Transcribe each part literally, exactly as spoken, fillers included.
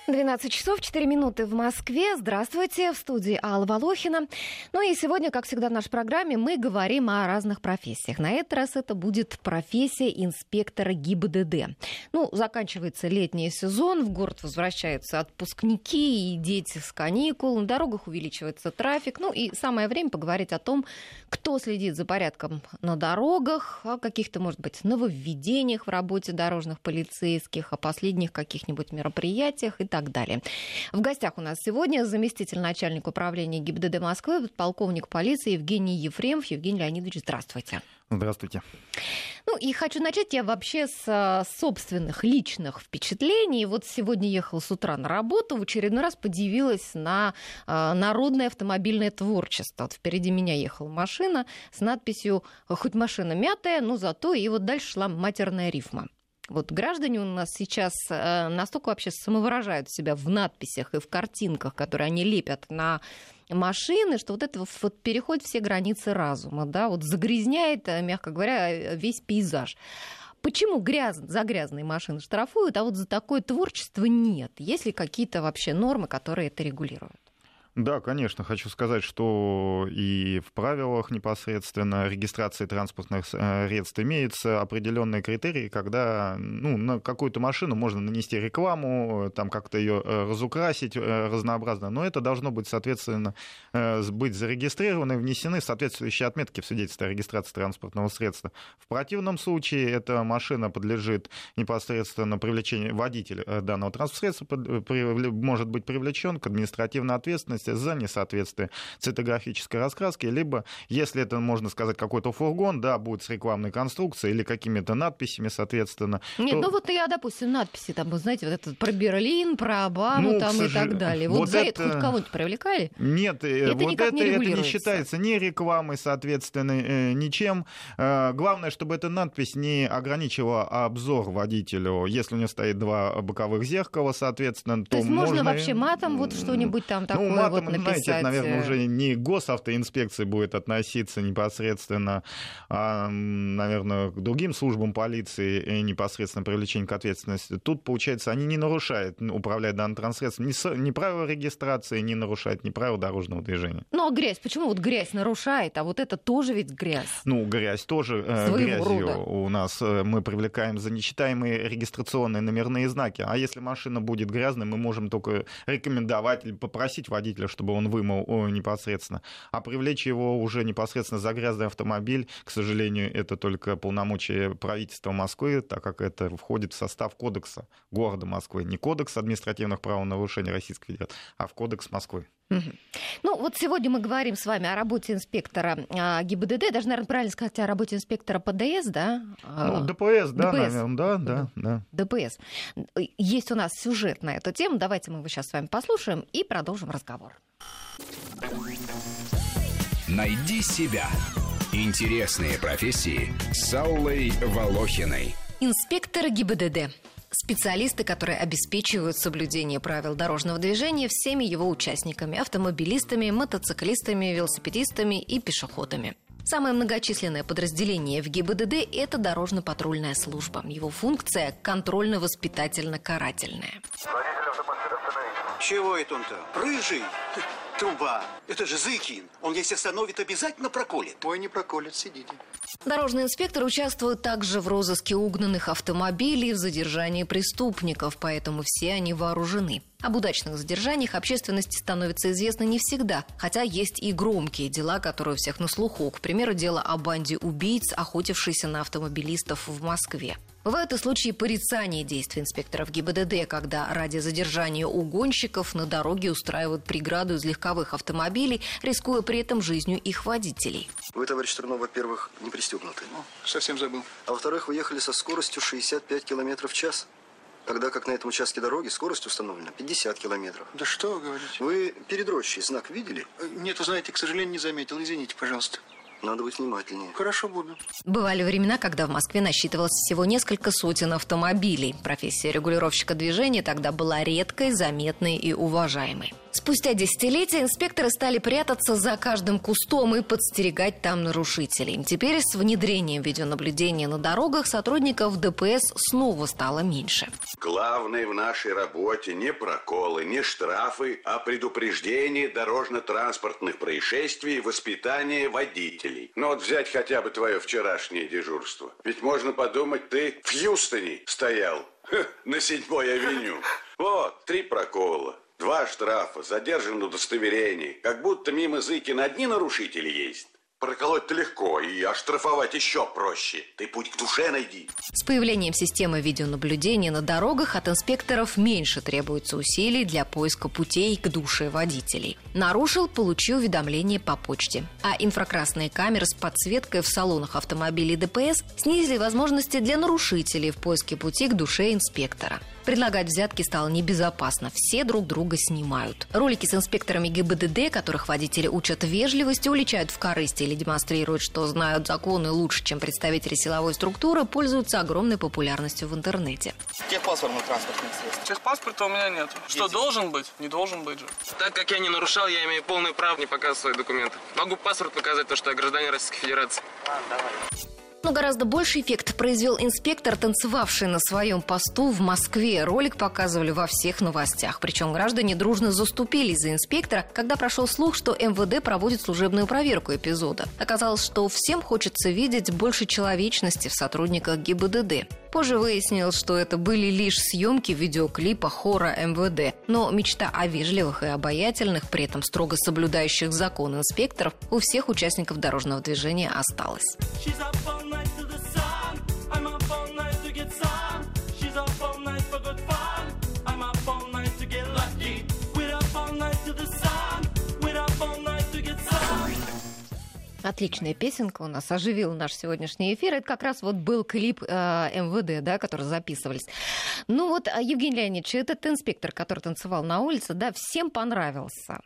двенадцать часов четыре минуты в Москве. Здравствуйте, в студии Алла Волохина. Ну и сегодня, как всегда в нашей программе, мы говорим о разных профессиях. На этот раз это будет профессия инспектора ГИБДД. Ну, заканчивается летний сезон, в город возвращаются отпускники и дети с каникул, на дорогах увеличивается трафик. Ну и самое время поговорить о том, кто следит за порядком на дорогах, о каких-то, может быть, нововведениях в работе дорожных полицейских, о последних каких-нибудь мероприятиях и так далее. В гостях у нас сегодня заместитель начальника управления ГИБДД Москвы, полковник полиции Евгений Ефремов. Евгений Леонидович, здравствуйте. Здравствуйте. Ну и хочу начать я вообще с собственных личных впечатлений. Вот сегодня ехала с утра на работу, в очередной раз подивилась на э, народное автомобильное творчество. Вот впереди меня ехала машина с надписью «Хоть машина мятая, но зато...» И вот дальше шла матерная рифма. Вот граждане у нас сейчас э, настолько вообще самовыражают себя в надписях и в картинках, которые они лепят на машины, что вот это вот переходит все границы разума, да, вот загрязняет, мягко говоря, весь пейзаж. Почему гряз... за грязные машины штрафуют, а вот за такое творчество нет? Есть ли какие-то вообще нормы, которые это регулируют? Да, конечно, хочу сказать, что и в правилах непосредственно регистрации транспортных средств имеются определенные критерии, когда ну, на какую-то машину можно нанести рекламу, там как-то ее разукрасить разнообразно, но это должно быть, соответственно, быть зарегистрировано и внесены соответствующие отметки в свидетельстве о регистрации транспортного средства. В противном случае эта машина подлежит непосредственно привлечению, водитель данного транспортного средства может быть привлечен к административной ответственности за несоответствие цветографической раскраски, либо, если это, можно сказать, какой-то фургон, да, будет с рекламной конструкцией или какими-то надписями, соответственно. Нет, то... ну вот я, допустим, надписи, там, вы знаете, вот этот про Берлин, про Обаму, ну, там сожал... и так далее. Вот, вот за это... это хоть кого-нибудь привлекали? Нет, это вот это не, это не считается ни рекламой, соответственно, ничем. Главное, чтобы эта надпись не ограничивала обзор водителю. Если у него стоит два боковых зеркала, соответственно, то, то есть можно... можно вообще матом вот что-нибудь там такое ну, матом, вот написать? Знаете, это, наверное, уже не госавтоинспекции будет относиться непосредственно, а, наверное, к другим службам полиции и непосредственно привлечение к ответственности. Тут, получается, они не нарушают, управляя данным транспортным средством, ни, ни правила регистрации, не нарушают, ни правила дорожного движения. Ну, а грязь? Почему вот грязь нарушает, а вот это тоже ведь грязь? Ну, грязь тоже э, грязью рода. У нас. Мы привлекаем за нечитаемые регистрационные номерные знаки. А если машина будет грязной, мы можем только рекомендовать или попросить водителя, чтобы он вымыл непосредственно. А привлечь его уже непосредственно за грязный автомобиль, к сожалению, это только полномочия правительства Москвы, так как это входит в состав кодекса города Москвы. Не кодекс административных правонарушений Российской Федерации, а в кодекс Москвы. Угу. Ну, вот сегодня мы говорим с вами о работе инспектора а, ГИБДД, даже, наверное, правильно сказать, о работе инспектора ПДС, да? Ну, ДПС, да, ДПС. Наверное, да, да, да. ДПС. Есть у нас сюжет на эту тему, давайте мы его сейчас с вами послушаем и продолжим разговор. Найди себя. Интересные профессии с Аллой Волохиной. Инспектор ГИБДД. Специалисты, которые обеспечивают соблюдение правил дорожного движения всеми его участниками – автомобилистами, мотоциклистами, велосипедистами и пешеходами. Самое многочисленное подразделение в ГИБДД – это дорожно-патрульная служба. Его функция – контрольно-воспитательно-карательная. Чего это он-то? Рыжий? Труба. Это же Зыкин. Он, если остановит, обязательно проколет. Ой, не проколет, сидите. Дорожные инспекторы участвуют также в розыске угнанных автомобилей, в задержании преступников, поэтому все они вооружены. Об удачных задержаниях общественности становится известно не всегда, хотя есть и громкие дела, которые у всех на слуху. К примеру, дело о банде убийц, охотившейся на автомобилистов в Москве. Бывают и случаи порицания действий инспекторов ГИБДД, когда ради задержания угонщиков на дороге устраивают преграду из легковых автомобилей, рискуя при этом жизнью их водителей. Вы, товарищ Трунов, во-первых, не пристегнуты. Ну, совсем забыл. А во-вторых, вы ехали со скоростью шестьдесят пять километров в час. Тогда как на этом участке дороги скорость установлена пятьдесят километров. Да что вы говорите? Вы перед рощей знак видели? Нет, вы знаете, к сожалению, не заметил. Извините, пожалуйста. Надо быть внимательнее. Хорошо, буду. Бывали времена, когда в Москве насчитывалось всего несколько сотен автомобилей. Профессия регулировщика движения тогда была редкой, заметной и уважаемой. Спустя десятилетия инспекторы стали прятаться за каждым кустом и подстерегать там нарушителей. Теперь с внедрением видеонаблюдения на дорогах сотрудников ДПС снова стало меньше. Главное в нашей работе не проколы, не штрафы, а предупреждение дорожно-транспортных происшествий и воспитание водителей. Ну вот взять хотя бы твое вчерашнее дежурство. Ведь можно подумать, ты в Хьюстоне стоял на седьмой авеню. Вот, три прокола. Два штрафа, задержано удостоверение. Как будто мимо Зыкина одни нарушители есть. Проколоть-то легко, и оштрафовать еще проще. Ты путь к душе найди. С появлением системы видеонаблюдения на дорогах от инспекторов меньше требуется усилий для поиска путей к душе водителей. Нарушил – получи уведомление по почте. А инфракрасные камеры с подсветкой в салонах автомобилей ДПС снизили возможности для нарушителей в поиске пути к душе инспектора. Предлагать взятки стало небезопасно. Все друг друга снимают. Ролики с инспекторами ГИБДД, которых водители учат вежливости, уличают в корысти или демонстрируют, что знают законы лучше, чем представители силовой структуры, пользуются огромной популярностью в интернете. Техпаспорт на транспортных средств. Техпаспорта у меня нет. Что, должен быть? Не должен быть же. Так как я не нарушал, я имею полное право не показывать свои документы. Могу паспорт показать, то, что я гражданин Российской Федерации. А, давай. Но гораздо больший эффект произвел инспектор, танцевавший на своем посту в Москве. Ролик показывали во всех новостях. Причем граждане дружно заступились за инспектора, когда прошел слух, что эм вэ дэ проводит служебную проверку эпизода. Оказалось, что всем хочется видеть больше человечности в сотрудниках ГИБДД. Позже выяснилось, что это были лишь съемки видеоклипа хора эм вэ дэ. Но мечта о вежливых и обаятельных, при этом строго соблюдающих закон инспекторов у всех участников дорожного движения осталась. Отличная песенка у нас оживила наш сегодняшний эфир. Это как раз вот был клип э, эм вэ дэ, да, который записывались. Ну вот, Евгений Леонидович, этот инспектор, который танцевал на улице, да, всем понравился.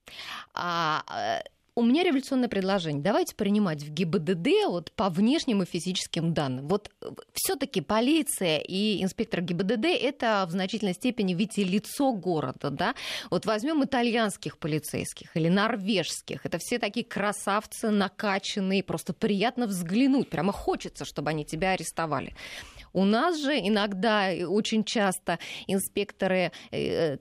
А, у меня революционное предложение. Давайте принимать в ГИБДД вот по внешним и физическим данным. Вот все-таки полиция и инспектор ГИБДД — это в значительной степени ведь и лицо города, да? Вот возьмем итальянских полицейских или норвежских. Это все такие красавцы, накачанные, просто приятно взглянуть. Прямо хочется, чтобы они тебя арестовали. У нас же иногда, очень часто инспекторы э,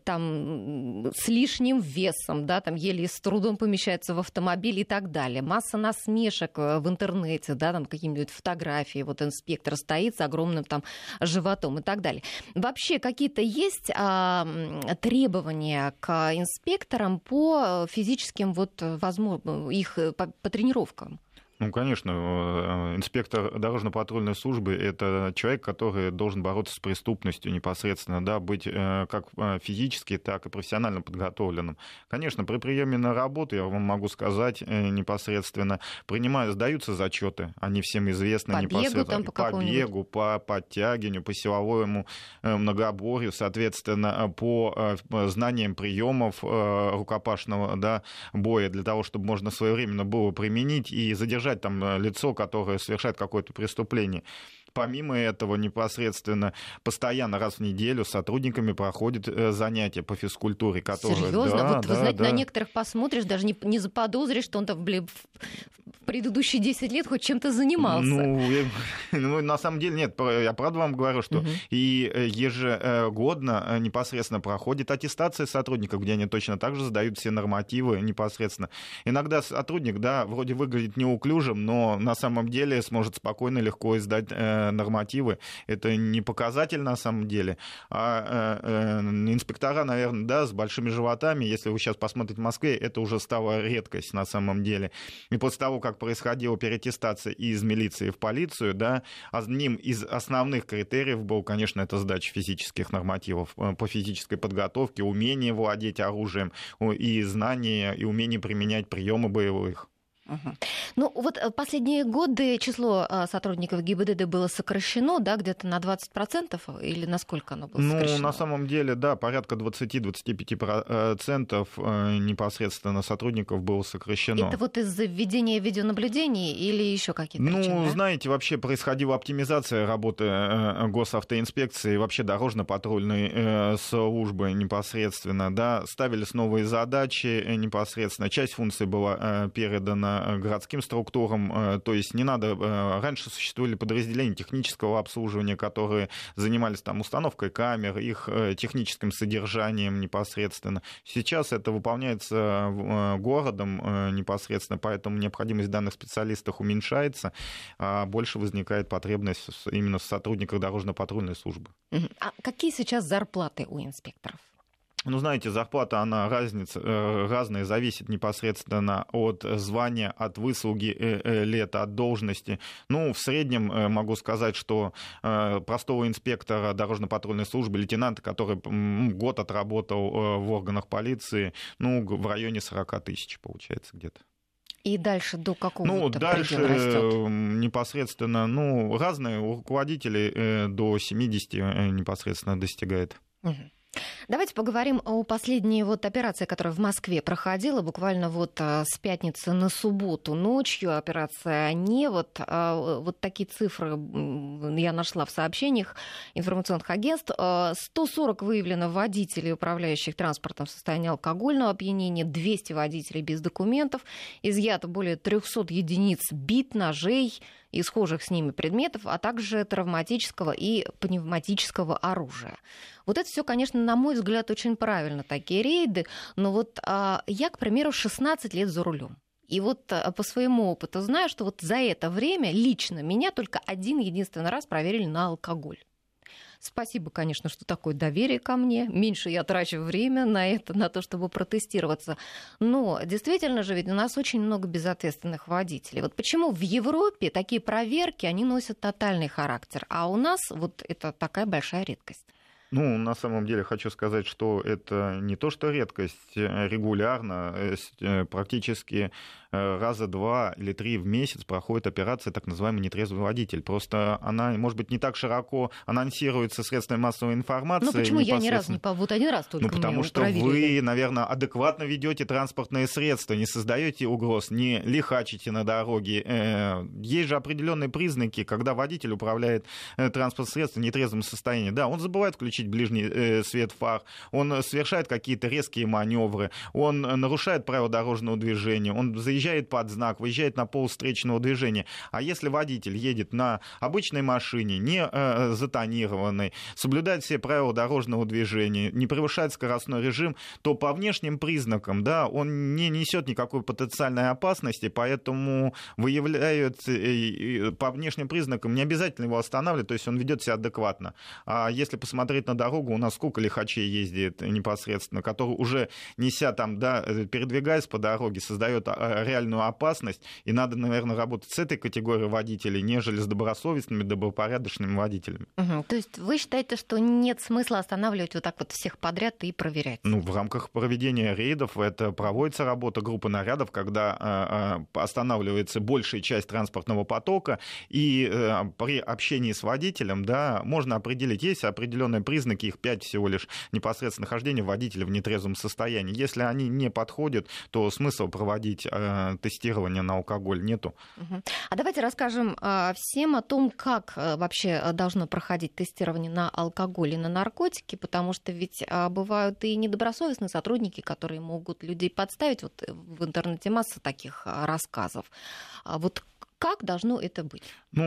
там с лишним весом, да, там еле с трудом помещаются в автомобиль и так далее. Масса насмешек в интернете, да, там какие-нибудь фотографии, вот инспектор стоит с огромным там животом и так далее. Вообще какие-то есть а, требования к инспекторам по физическим, вот, возможно, их по, по тренировкам? Ну, конечно, инспектор дорожно-патрульной службы – это человек, который должен бороться с преступностью непосредственно, да, быть как физически, так и профессионально подготовленным. Конечно, при приеме на работу, я вам могу сказать непосредственно, принимают, сдаются зачеты, они всем известны. По непосредственно. бегу, там, по, по бегу, по подтягиванию, по силовому многоборью, соответственно, по знаниям приемов рукопашного, да, боя, для того, чтобы можно своевременно было применить и задержать там лицо, которое совершает какое-то преступление. Помимо этого, непосредственно, постоянно раз в неделю с сотрудниками проходят занятия по физкультуре. Которые... Серьезно? Да, вот, да, вы знаете, да. на некоторых посмотришь, даже не, не заподозришь, что он там в предыдущие десять лет хоть чем-то занимался. Ну, я, ну, на самом деле нет. Я правда вам говорю, что угу. и ежегодно непосредственно проходит аттестация сотрудников, где они точно так же сдают все нормативы непосредственно. Иногда сотрудник, да, вроде выглядит неуклюжим, но на самом деле сможет спокойно, легко издать нормативы. Это не показатель на самом деле. А э, э, инспектора, наверное, да, с большими животами, если вы сейчас посмотрите в Москве, это уже стала редкость на самом деле. И после того, как происходила переаттестация из милиции в полицию, да, одним из основных критериев был, конечно, это сдача физических нормативов по физической подготовке, умение владеть оружием и знание, и умение применять приемы боевых. Угу. Ну, вот последние годы число сотрудников ГИБДД было сокращено, да, где-то на двадцать процентов, или насколько оно было сокращено? Ну, на самом деле, да, порядка двадцать-двадцать пять процентов непосредственно сотрудников было сокращено. Это вот из-за введения видеонаблюдений или еще какие-то ну, причины? Ну, да? знаете, вообще происходила оптимизация работы госавтоинспекции, вообще дорожно-патрульной службы непосредственно, да, ставились новые задачи непосредственно, часть функций была передана городским структурам, то есть не надо, раньше существовали подразделения технического обслуживания, которые занимались там установкой камер, их техническим содержанием непосредственно. Сейчас это выполняется городом непосредственно, поэтому необходимость в данных специалистах уменьшается, а больше возникает потребность именно в сотрудниках дорожно-патрульной службы. А какие сейчас зарплаты у инспекторов? Ну, знаете, зарплата, она разница, разная, зависит непосредственно от звания, от выслуги лет, от должности. Ну, в среднем могу сказать, что простого инспектора дорожно-патрульной службы, лейтенанта, который год отработал в органах полиции, ну, в районе сорок тысяч получается где-то. И дальше до какого ну, предела дальше растет? Непосредственно, ну, разные руководители до семидесяти непосредственно достигает. Угу. Давайте поговорим о последней вот операции, которая в Москве проходила буквально вот с пятницы на субботу ночью. Операция «Не». Вот, вот такие цифры я нашла в сообщениях информационных агентств. сто сорок выявлено водителей, управляющих транспортом в состоянии алкогольного опьянения, двести водителей без документов, изъято более триста единиц бит, ножей и схожих с ними предметов, а также травматического и пневматического оружия. Вот это все, конечно, на мой взгляд, очень правильно, такие рейды. Но вот а, я, к примеру, шестнадцать лет за рулем. И вот а, по своему опыту знаю, что вот за это время лично меня только один единственный раз проверили на алкоголь. Спасибо, конечно, что такое доверие ко мне. Меньше я трачу время на это, на то, чтобы протестироваться. Но действительно же ведь у нас очень много безответственных водителей. Вот почему в Европе такие проверки, они носят тотальный характер, а у нас вот это такая большая редкость? Ну, на самом деле хочу сказать, что это не то, что редкость, регулярно, практически раза два или три в месяц проходит операция так называемый нетрезвый водитель. Просто она, может быть, не так широко анонсируется средствами массовой информации. Ну почему я ни разу не по... Вот один раз только Ну потому что проверили. Вы, наверное, адекватно ведете транспортные средства, не создаете угроз, не лихачите на дороге. Есть же определенные признаки, когда водитель управляет транспортным средством в нетрезвом состоянии. Да, он забывает включить ближний свет фар, он совершает какие-то резкие маневры, он нарушает правила дорожного движения, он заезжает под знак, выезжает на пол встречного движения. А если водитель едет на обычной машине, не э, затонированной, соблюдает все правила дорожного движения, не превышает скоростной режим, то по внешним признакам, да, он не несет никакой потенциальной опасности, поэтому выявляют э, по внешним признакам, не обязательно его останавливать, то есть он ведет себя адекватно. А если посмотреть на дорогу, у нас сколько лихачей ездит непосредственно, которые уже неся там, да, передвигаясь по дороге, создает реальную опасность, и надо, наверное, работать с этой категорией водителей, нежели с добросовестными, добропорядочными водителями. Угу. То есть вы считаете, что нет смысла останавливать вот так вот всех подряд и проверять? Ну, в рамках проведения рейдов это проводится работа группы нарядов, когда э, останавливается большая часть транспортного потока, и э, при общении с водителем, да, можно определить, есть определенные признаки, их пять всего лишь, непосредственно нахождения водителя в нетрезвом состоянии. Если они не подходят, то смысл проводить э, тестирование на алкоголь нету. Угу. А давайте расскажем э, всем о том, как э, вообще должно проходить тестирование на алкоголь и на наркотики, потому что ведь э, бывают и недобросовестные сотрудники, которые могут людей подставить. Вот в интернете масса таких э, рассказов. А вот как должно это быть?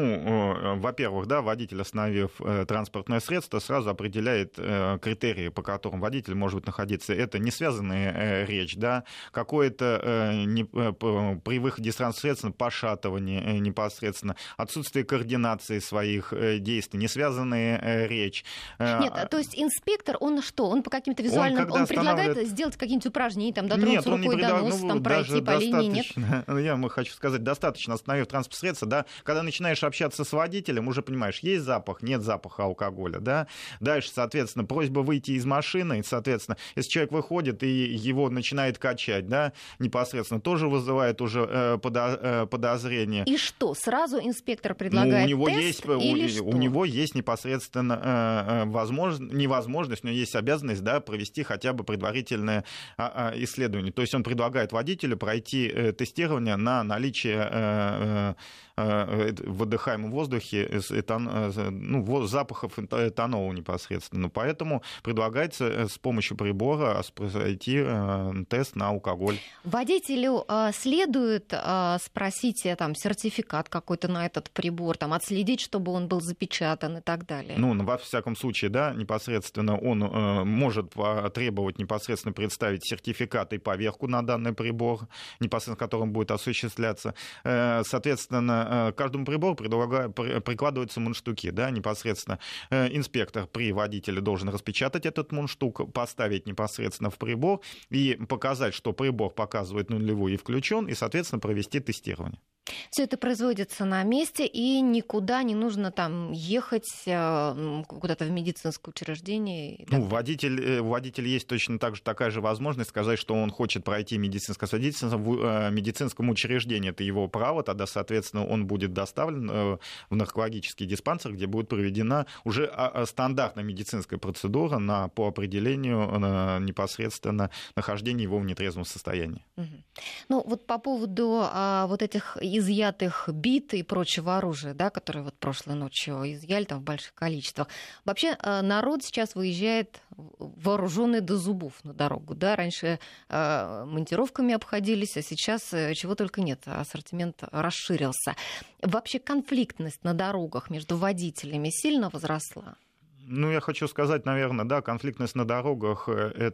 Ну, во-первых, да, водитель, остановив транспортное средство, сразу определяет критерии, по которым водитель может находиться. Это не связанная речь, да, какое-то не, при выходе из транспортного средства пошатывание непосредственно, отсутствие координации своих действий, не связанная речь. Нет, то есть инспектор, он что, он по каким-то визуальным, он, он предлагает останавливает... сделать какие-нибудь упражнения, там, дотронуться нет, рукой предлаг... до носа, ну, там, пройти по линии, нет? Я хочу сказать, достаточно, остановив транспортное транспортного средства, да, когда начинаешь общаться с водителем, уже понимаешь, есть запах, нет запаха алкоголя, да. Дальше, соответственно, просьба выйти из машины, и, соответственно, если человек выходит и его начинает качать, да, непосредственно, тоже вызывает уже э, подо, э, подозрение. И что, сразу инспектор предлагает ну, у него тест есть, или у, что? У него есть непосредственно э, возможность, невозможность, но есть обязанность, да, провести хотя бы предварительное а, а, исследование. То есть он предлагает водителю пройти э, тестирование на наличие э, э, в выдыхаемом воздухе этан, э, ну, запахов этанола непосредственно. Поэтому предлагается с помощью прибора пройти э, тест на алкоголь. Водителю э, следует э, спросить э, там, сертификат какой-то на этот прибор, там, отследить, чтобы он был запечатан и так далее? Ну, во всяком случае, да, непосредственно он э, может требовать непосредственно представить сертификат и поверку на данный прибор, непосредственно которым будет осуществляться. Э, соответственно, э, каждому прибору предлагаю, при, прикладываются мундштуки, да, непосредственно. Э, инспектор при водителе должен распечатать этот мундштук, поставить непосредственно в прибор и показать, что прибор показывает нулевую и включен, и, соответственно, провести тестирование. Все это производится на месте, и никуда не нужно там ехать куда-то в медицинское учреждение. Ну, водитель, у водителя есть точно так же такая же возможность сказать, что он хочет пройти медицинское свидетельство в медицинском учреждении. Это его право, тогда, соответственно, он будет доставлен в наркологический диспансер, где будет проведена уже стандартная медицинская процедура на, по определению непосредственно нахождения его в нетрезвом состоянии. Угу. Ну, вот по поводу а, вот этих изъятых бит и прочего оружия, да, которые вот прошлой ночью изъяли там в больших количествах. Вообще народ сейчас выезжает вооруженный до зубов на дорогу. Да? Раньше э, монтировками обходились, а сейчас чего только нет. Ассортимент расширился. Вообще конфликтность на дорогах между водителями сильно возросла? Ну, я хочу сказать, наверное, да, конфликтность на дорогах —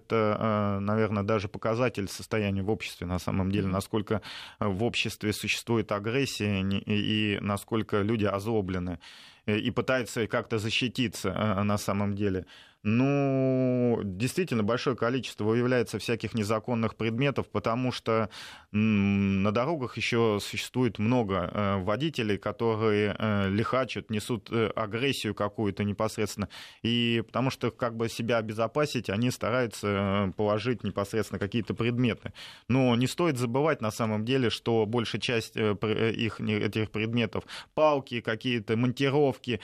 это, наверное, даже показатель состояния в обществе, на самом деле, насколько в обществе существует агрессия и насколько люди озлоблены и пытаются как-то защититься на самом деле. Ну, действительно, большое количество выявляется всяких незаконных предметов, потому что на дорогах еще существует много водителей, которые лихачат, несут агрессию какую-то непосредственно. И потому что, как бы себя обезопасить, они стараются положить непосредственно какие-то предметы. Но не стоит забывать, на самом деле, что большая часть их, этих предметов — палки, какие-то монтировки,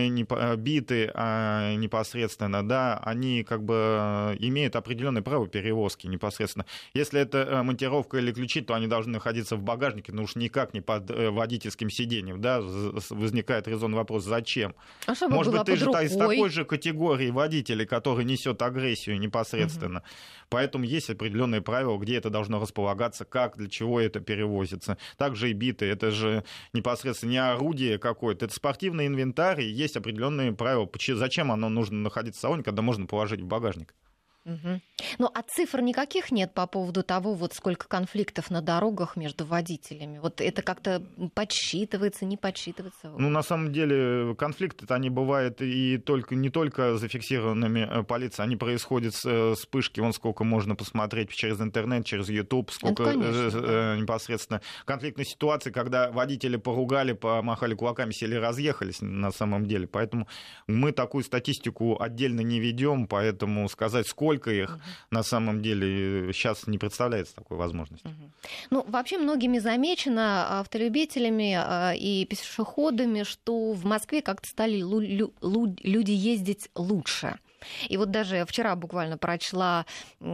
биты непосредственно, да, они как бы имеют определенное право перевозки непосредственно. Если это монтировка или ключи, то они должны находиться в багажнике, но уж никак не под водительским сиденьем, да, возникает резонный вопрос, зачем? А что Может быть, ты же рукой? из такой же категории водителей, который несет агрессию непосредственно. Угу. Поэтому есть определенные правила, где это должно располагаться, как, для чего это перевозится. Также и биты, это же непосредственно не орудие какое-то, это спортивный инвентарь, и есть определенные правила, зачем оно нужно находиться в салоне, когда можно положить в багажник. Угу. Ну, а цифр никаких нет по поводу того, вот сколько конфликтов на дорогах между водителями? Вот это как-то подсчитывается, не подсчитывается? Ну, на самом деле, конфликты-то они бывают и только, не только зафиксированными полицией, они происходят с вспышки, вон сколько можно посмотреть через интернет, через YouTube, сколько это, непосредственно конфликтных ситуаций, когда водители поругали, помахали кулаками, сели, разъехались на самом деле. Поэтому мы такую статистику отдельно не ведем, поэтому сказать, сколько Сколько их угу. на самом деле сейчас не представляется такой возможности. Угу. Ну, вообще многими замечено, автолюбителями и пешеходами, что в Москве как-то стали лу- лу- люди ездить лучше. И вот даже вчера буквально прочла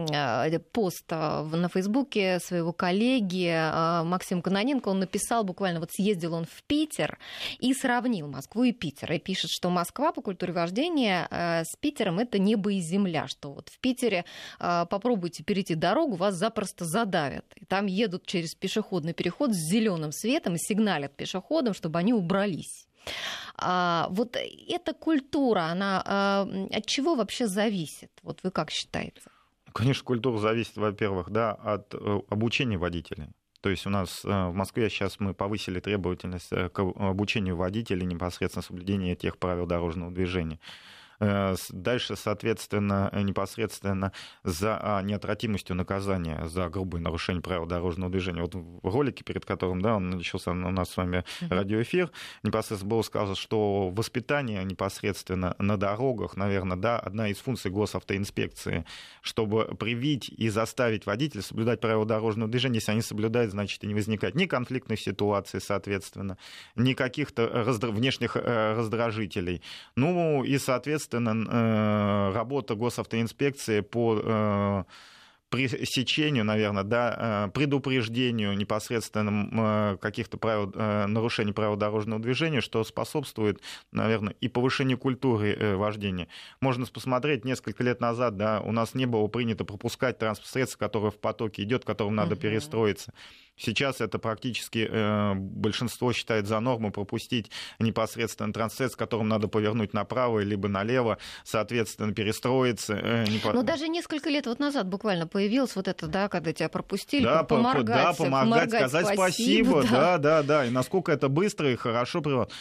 пост на Фейсбуке своего коллеги Максима Кононенко. Он написал буквально, вот съездил он в Питер и сравнил Москву и Питер. И пишет, что Москва по культуре вождения с Питером — это небо и земля. Что вот в Питере попробуйте перейти дорогу, вас запросто задавят. И там едут через пешеходный переход с зеленым светом и сигналят пешеходам, чтобы они убрались. А, вот эта культура, она а, от чего вообще зависит? Вот вы как считаете? Конечно, культура зависит, во-первых, да, от обучения водителей. То есть у нас в Москве сейчас мы повысили требовательность к обучению водителей непосредственно соблюдения тех правил дорожного движения. Дальше, соответственно, непосредственно за неотвратимостью наказания за грубые нарушения правил дорожного движения. Вот в ролике, перед которым, да, он начался у нас с вами радиоэфир, непосредственно было сказано, что воспитание непосредственно на дорогах, наверное, да, одна из функций госавтоинспекции, чтобы привить и заставить водителя соблюдать правила дорожного движения. Если они соблюдают, значит, и не возникает ни конфликтных ситуаций, соответственно, ни каких-то раздра... внешних раздражителей. Ну и, соответственно, работа госавтоинспекции по пресечению, наверное, да, предупреждению непосредственно каких-то правил, нарушений правил дорожного движения, что способствует, наверное, и повышению культуры вождения. Можно посмотреть, несколько лет назад, да, у нас не было принято пропускать транспортное средство, которое в потоке идет, которым надо uh-huh. перестроиться. Сейчас это практически э, большинство считает за норму пропустить непосредственно транспорт, с которым надо повернуть направо либо налево, соответственно, перестроиться. Э, не по... Но даже несколько лет вот назад буквально появилось вот это, да, когда тебя пропустили, да, поморгать, да, помогать, помогать, сказать спасибо, спасибо да. да, да, да, и насколько это быстро и хорошо.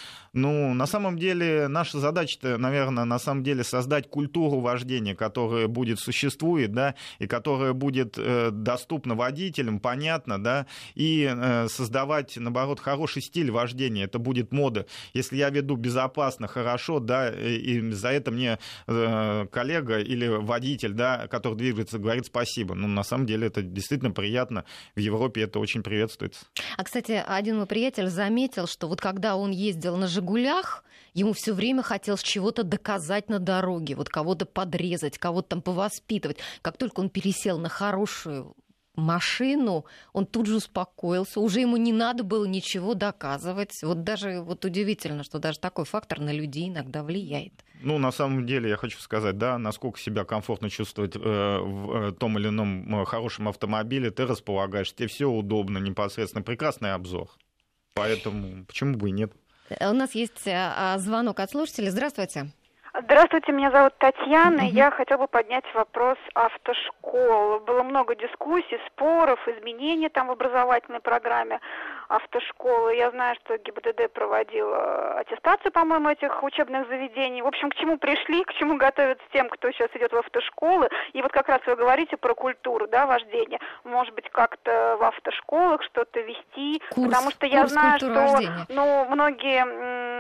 Ну, на самом деле, наша задача-то, наверное, на самом деле создать культуру вождения, которая будет существует, да, и которая будет э, доступна водителям, понятно, да, и э, создавать, наоборот, хороший стиль вождения. Это будет мода. Если я веду безопасно, хорошо, да, и, и за это мне э, коллега или водитель, да, который двигается, говорит спасибо. Ну, на самом деле, это действительно приятно. В Европе это очень приветствуется. А, кстати, один мой приятель заметил, что вот когда он ездил на «Жигулях», ему все время хотелось чего-то доказать на дороге, вот кого-то подрезать, кого-то там повоспитывать. Как только он пересел на хорошую машину, он тут же успокоился, уже ему не надо было ничего доказывать. Вот даже вот удивительно, что даже такой фактор на людей иногда влияет. Ну, на самом деле, я хочу сказать, да, насколько себя комфортно чувствовать э, в том или ином хорошем автомобиле, ты располагаешь, тебе все удобно, непосредственно, прекрасный обзор. Поэтому почему бы и нет? У нас есть звонок от слушателя. Здравствуйте. Здравствуйте, меня зовут Татьяна. Uh-huh. Я хотела бы поднять вопрос автошкол. Было много дискуссий, споров, изменений там в образовательной программе автошколы. Я знаю, что ГИБДД проводил аттестацию, по-моему, этих учебных заведений. В общем, к чему пришли, к чему готовятся тем, кто сейчас идет в автошколы. И вот как раз вы говорите про культуру, да, вождения. Может быть, как-то в автошколах что-то вести. Курс, потому что я знаю, что вождения. ну, многие...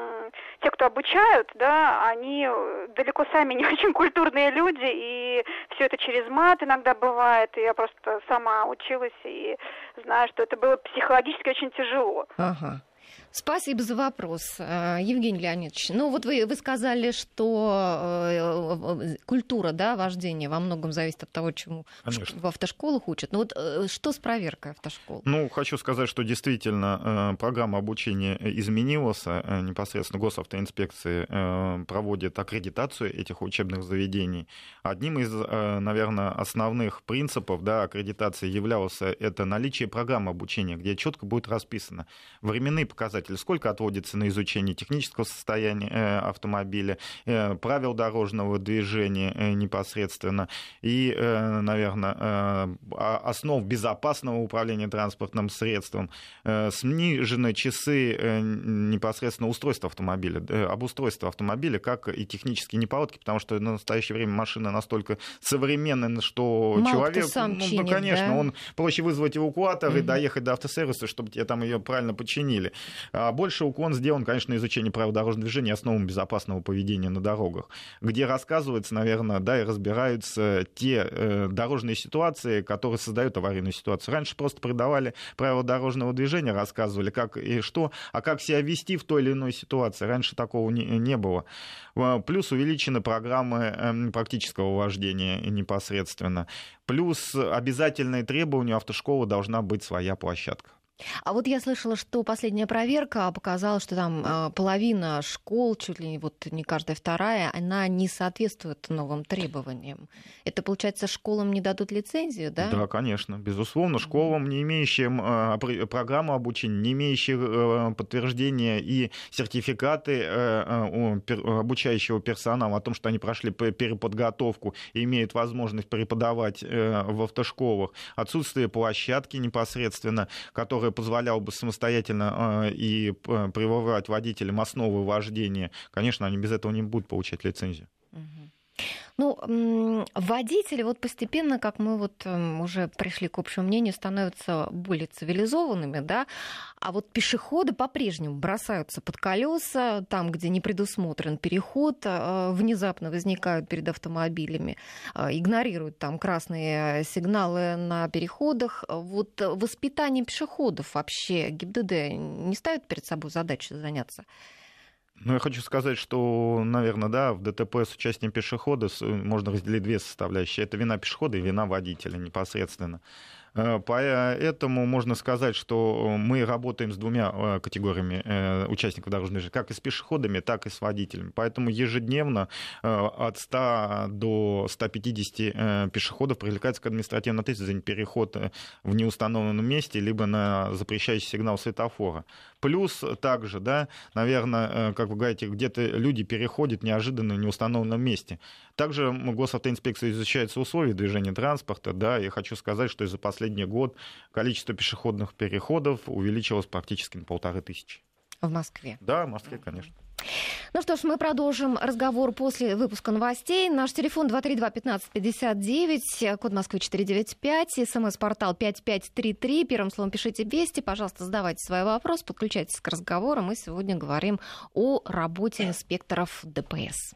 Те, кто обучают, да, они далеко сами не очень культурные люди, и все это через мат иногда бывает. И я просто сама училась и знаю, что это было психологически очень тяжело. Ага. Спасибо за вопрос, Евгений Леонидович. Ну, вот вы, вы сказали, что культура, да, вождения во многом зависит от того, чему Конечно. В автошколах учат. Ну, вот что с проверкой автошкол? Ну, хочу сказать, что действительно программа обучения изменилась. Непосредственно госавтоинспекции проводит аккредитацию этих учебных заведений. Одним из, наверное, основных принципов, да, аккредитации являлось это наличие программы обучения, где четко будет расписано временные показатели, сколько отводится на изучение технического состояния автомобиля, правил дорожного движения непосредственно и, наверное, основ безопасного управления транспортным средством, снижены часы непосредственно устройства автомобиля, обустройства автомобиля, как и технические неполадки, потому что в настоящее время машина настолько современная, что Мало человек, сам ну, чинит, ну, конечно, да? он проще вызвать эвакуатор угу. и доехать до автосервиса, чтобы тебе там ее правильно починили. А больше уклон сделан, конечно, на изучение правил дорожного движения и основам безопасного поведения на дорогах, где рассказывается, наверное, да, и разбираются те э, дорожные ситуации, которые создают аварийную ситуацию. Раньше просто придавали правила дорожного движения, рассказывали, как и что, а как себя вести в той или иной ситуации. Раньше такого не, не было. Плюс увеличены программы э, практического вождения непосредственно. Плюс обязательные требования автошколы должна быть своя площадка. А вот я слышала, что последняя проверка показала, что там э, половина школ, чуть ли не, вот, не каждая вторая, она не соответствует новым требованиям. Это, получается, школам не дадут лицензию, да? Да, конечно, безусловно. Школам, не имеющим э, программу обучения, не имеющим э, подтверждения и сертификаты э, э, обучающего персонала о том, что они прошли переподготовку и имеют возможность преподавать э, в автошколах, отсутствие площадки непосредственно, которая который позволял бы самостоятельно и прививать водителям основы вождения, конечно, они без этого не будут получать лицензию. Ну, водители вот постепенно, как мы вот уже пришли к общему мнению, становятся более цивилизованными, да, а вот пешеходы по-прежнему бросаются под колеса, там, где не предусмотрен переход, внезапно возникают перед автомобилями, игнорируют там красные сигналы на переходах. Вот воспитанием пешеходов вообще ГИБДД не ставит перед собой задачу заняться? Ну, я хочу сказать, что, наверное, да, в ДТП с участием пешехода можно разделить две составляющие. Это вина пешехода и вина водителя непосредственно. Поэтому можно сказать, что мы работаем с двумя категориями участников дорожного движения, как и с пешеходами, так и с водителями. Поэтому ежедневно от ста до ста пятидесяти пешеходов привлекается к административной ответственности за переход в неустановленном месте, либо на запрещающий сигнал светофора. Плюс также, да, наверное, как вы говорите, где-то люди переходят неожиданно в неустановленном месте. Также госавтоинспекция изучается условия движения транспорта, да, я хочу сказать, что из-за последний год количество пешеходных переходов увеличилось практически на полторы тысячи. В Москве? Да, в Москве, конечно. Ну что ж, мы продолжим разговор после выпуска новостей. Наш телефон два три два пятнадцать пятьдесят девять, код Москвы четыре девять пять, смс-портал пять пять три три. Первым словом пишите «Вести». Пожалуйста, задавайте свои вопросы, подключайтесь к разговору. Мы сегодня говорим о работе инспекторов ДПС.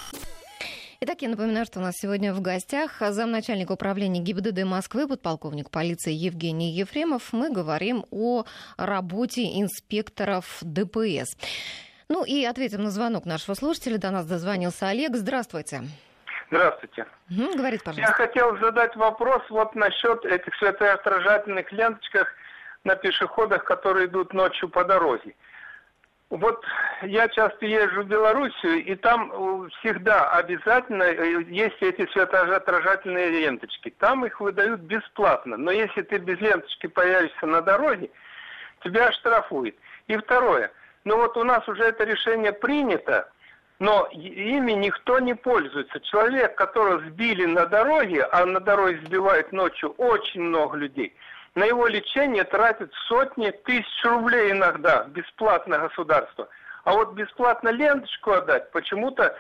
Итак, я напоминаю, что у нас сегодня в гостях замначальника управления ГИБДД Москвы, подполковник полиции Евгений Ефремов. Мы говорим о работе инспекторов ДПС. Ну и ответим на звонок нашего слушателя. До нас дозвонился Олег. Здравствуйте. Здравствуйте. Угу, говорите, пожалуйста. Я хотел задать вопрос вот насчет этих светоотражательных ленточках на пешеходах, которые идут ночью по дороге. Вот я часто езжу в Белоруссию, и там всегда обязательно есть эти светоотражательные ленточки. Там их выдают бесплатно. Но если ты без ленточки появишься на дороге, тебя оштрафуют. И второе. Ну вот у нас уже это решение принято, но ими никто не пользуется. Человек, которого сбили на дороге, а на дороге сбивают ночью очень много людей, на его лечение тратят сотни тысяч рублей иногда, бесплатно государство. А вот бесплатно ленточку отдать почему-то,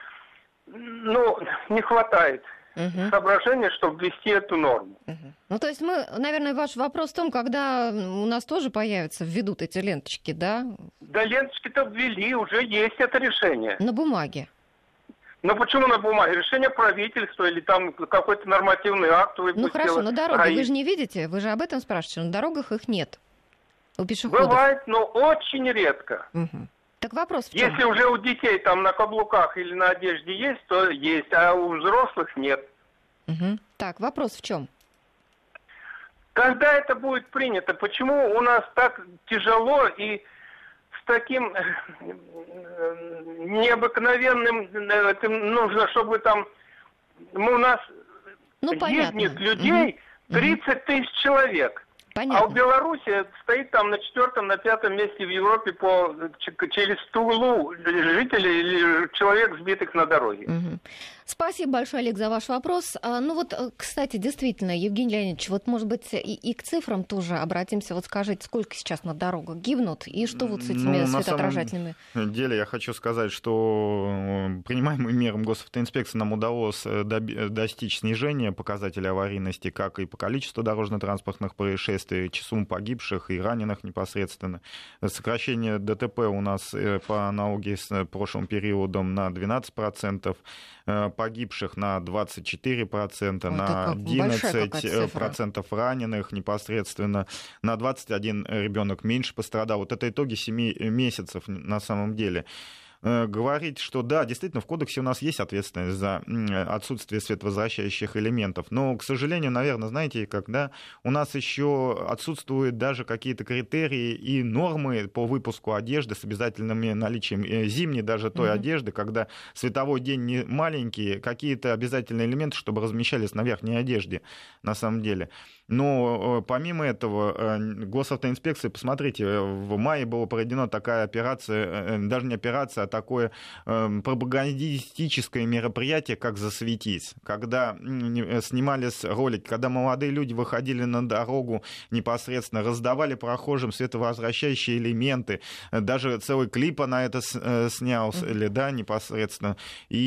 ну, не хватает угу. соображения, чтобы ввести эту норму. Угу. Ну, то есть мы, наверное, ваш вопрос в том, когда у нас тоже появятся, введут эти ленточки, да? Да ленточки-то ввели, уже есть это решение. На бумаге. Ну почему на бумаге? Решение правительства или там какой-то нормативный акт выпустило. Ну хорошо, на дороге вы же не видите, вы же об этом спрашиваете, на дорогах их нет. У пешеходов. Бывает, но очень редко. Угу. Так вопрос в чем? Если уже у детей там на каблуках или на одежде есть, то есть, а у взрослых нет. Угу. Так, вопрос в чем? Когда это будет принято? Почему у нас так тяжело и с таким необыкновенным, это нужно, чтобы там ну, у нас ну, ездит людей тридцать тысяч человек. Понятно. А у Беларуси стоит там на четвертом, на пятом месте в Европе по числу жителей или человек, сбитых на дороге. Угу. Спасибо большое, Олег, за ваш вопрос. Ну вот, кстати, действительно, Евгений Леонидович, вот, может быть, и, и к цифрам тоже обратимся. Вот скажите, сколько сейчас на дорогах гибнут и что вот с этими ну, светоотражательными? На самом деле я хочу сказать, что принимаемым мерам госавтоинспекции нам удалось достичь снижения показателей аварийности как и по количеству дорожно-транспортных происшествий, числу погибших и раненых непосредственно. Сокращение ДТП у нас по аналогии с прошлым периодом на двенадцать процентов, погибших на двадцать четыре процента, Ой, на одиннадцать процентов раненых непосредственно, на двадцать один ребенок меньше пострадал. Вот это итоги семи месяцев на самом деле. Говорить, что да, действительно, в кодексе у нас есть ответственность за отсутствие световозвращающих элементов, но, к сожалению, наверное, знаете, когда у нас еще отсутствуют даже какие-то критерии и нормы по выпуску одежды с обязательным наличием зимней даже той mm-hmm. одежды, когда световой день не маленький, какие-то обязательные элементы, чтобы размещались на верхней одежде, на самом деле. Но помимо этого, госавтоинспекция, посмотрите, в мае была проведена такая операция, даже не операция, а такое э, пропагандистическое мероприятие, как «Засветись», когда э, снимались ролики, когда молодые люди выходили на дорогу непосредственно, раздавали прохожим световозвращающие элементы, даже целый клип на это э, снялся, или, да, непосредственно.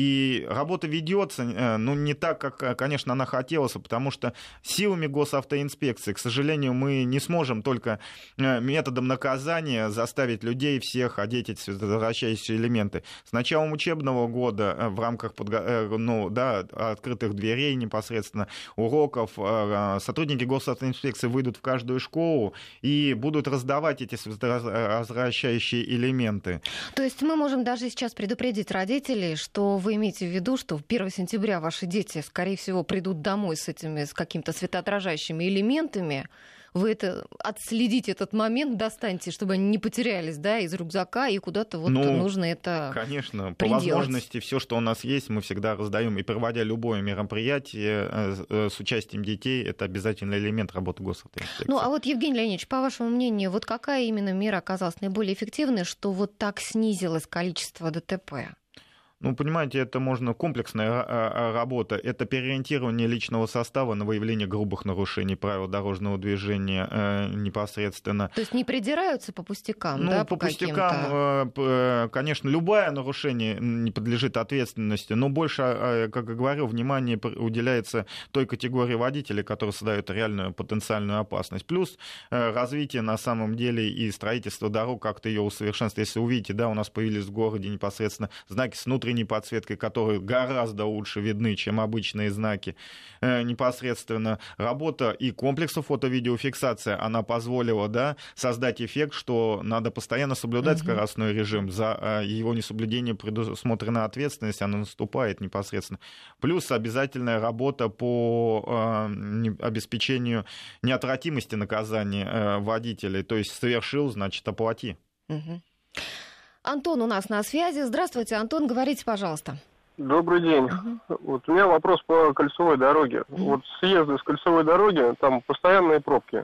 И работа ведется, э, ну, не так, как, конечно, она хотелось, потому что силами госавтоинспекции, к сожалению, мы не сможем только методом наказания заставить людей всех одеть эти световозвращающие элементы. С началом учебного года в рамках подго... ну, да, открытых дверей непосредственно уроков сотрудники госавтоинспекции выйдут в каждую школу и будут раздавать эти световозвращающие элементы. То есть мы можем даже сейчас предупредить родителей, что вы имеете в виду, что первого сентября ваши дети, скорее всего, придут домой с этими, с какими-то светоотражающими элементами. Вы это отследите этот момент, достаньте, чтобы они не потерялись, да, из рюкзака, и куда-то вот ну, нужно это конечно, приделать. По возможности все, что у нас есть, мы всегда раздаем. И проводя любое мероприятие с участием детей, это обязательный элемент работы госавтоинспекции. Ну, а вот, Евгений Леонидович, по вашему мнению, вот какая именно мера оказалась наиболее эффективной, что вот так снизилось количество ДТП? Ну, понимаете, это можно комплексная работа. Это переориентирование личного состава на выявление грубых нарушений правил дорожного движения э, непосредственно. То есть не придираются по пустякам, ну, да, по, по пустякам, э, конечно, любое нарушение не подлежит ответственности, но больше, э, как я говорил, внимание уделяется той категории водителей, которые создают реальную потенциальную опасность. Плюс э, развитие на самом деле и строительство дорог, как-то ее усовершенствовать. Если увидите, да, у нас появились в городе непосредственно знаки с внутренней подсветкой, которые гораздо лучше видны, чем обычные знаки. Э, непосредственно работа и комплекса фото-видеофиксация, она позволила, да, создать эффект, что надо постоянно соблюдать mm-hmm. скоростной режим. За э, его несоблюдение предусмотрена ответственность, она наступает непосредственно. Плюс обязательная работа по э, не, обеспечению неотвратимости наказания э, водителей. То есть совершил, значит, оплати. Mm-hmm. Антон у нас на связи. Здравствуйте, Антон, говорите, пожалуйста. Добрый день. Uh-huh. Вот у меня вопрос по кольцевой дороге. Uh-huh. Вот съезды с кольцевой дороги, там постоянные пробки.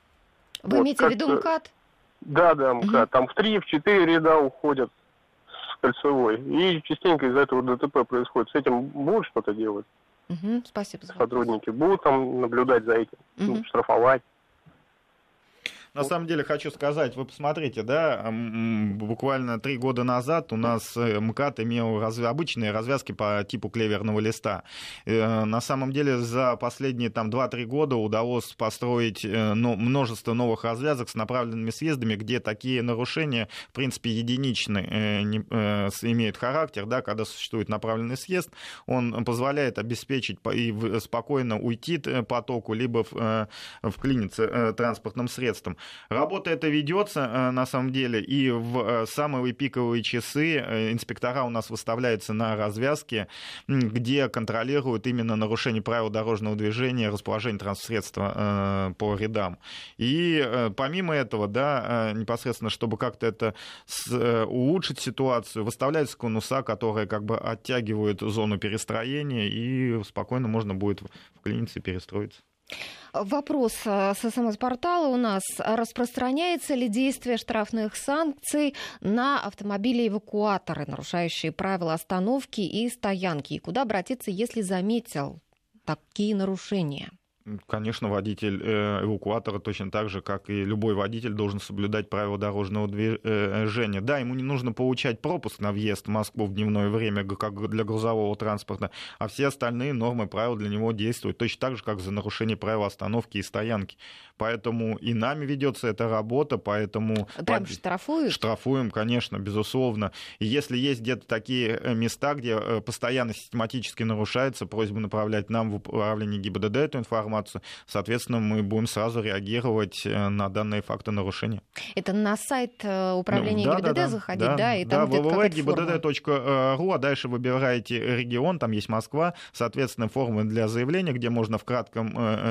Вы вот, имеете в виду МКАД? Да, да, МКАД. Uh-huh. Там в три, в четыре ряда уходят с кольцевой. И частенько из-за этого ДТП происходит. С этим будут что-то делать? Uh-huh. Спасибо. Сотрудники будут там наблюдать за этим, uh-huh. ну, штрафовать? На самом деле хочу сказать, вы посмотрите, да, буквально три года назад у нас МКАД имел разв... обычные развязки по типу клеверного листа. На самом деле за последние там, два-три года удалось построить ну, множество новых развязок с направленными съездами, где такие нарушения, в принципе, единичные имеют характер, да, когда существует направленный съезд, он позволяет обеспечить и спокойно уйти потоку, либо вклиниться транспортным средством. Работа эта ведется на самом деле, и в самые пиковые часы инспектора у нас выставляются на развязке, где контролируют именно нарушение правил дорожного движения, расположение транспортсредства по рядам. И помимо этого, да, непосредственно, чтобы как-то это улучшить ситуацию, выставляются конуса, которые как бы оттягивают зону перестроения, и спокойно можно будет вклиниться и перестроиться. Вопрос с СМС-портала у нас. Распространяется ли действие штрафных санкций на автомобили-эвакуаторы, нарушающие правила остановки и стоянки? И куда обратиться, если заметил такие нарушения? Конечно, водитель эвакуатора точно так же, как и любой водитель, должен соблюдать правила дорожного движения. Да, ему не нужно получать пропуск на въезд в Москву в дневное время, как для грузового транспорта, а все остальные нормы правил для него действуют точно так же, как за нарушение правил остановки и стоянки. Поэтому и нами ведется эта работа, поэтому... Прям под... штрафуют? Штрафуем, конечно, безусловно. И если есть где-то такие места, где постоянно систематически нарушается, просьба направлять нам в управление ГИБДД эту информацию, соответственно, мы будем сразу реагировать на данные факты нарушения. Это на сайт управления ну, да, ГИБДД да, заходить, да? Да, и там да, вэ вэ вэ точка ги би ди ди точка ру, а дальше выбираете регион, там есть Москва, соответственно, формы для заявления, где можно в кратком...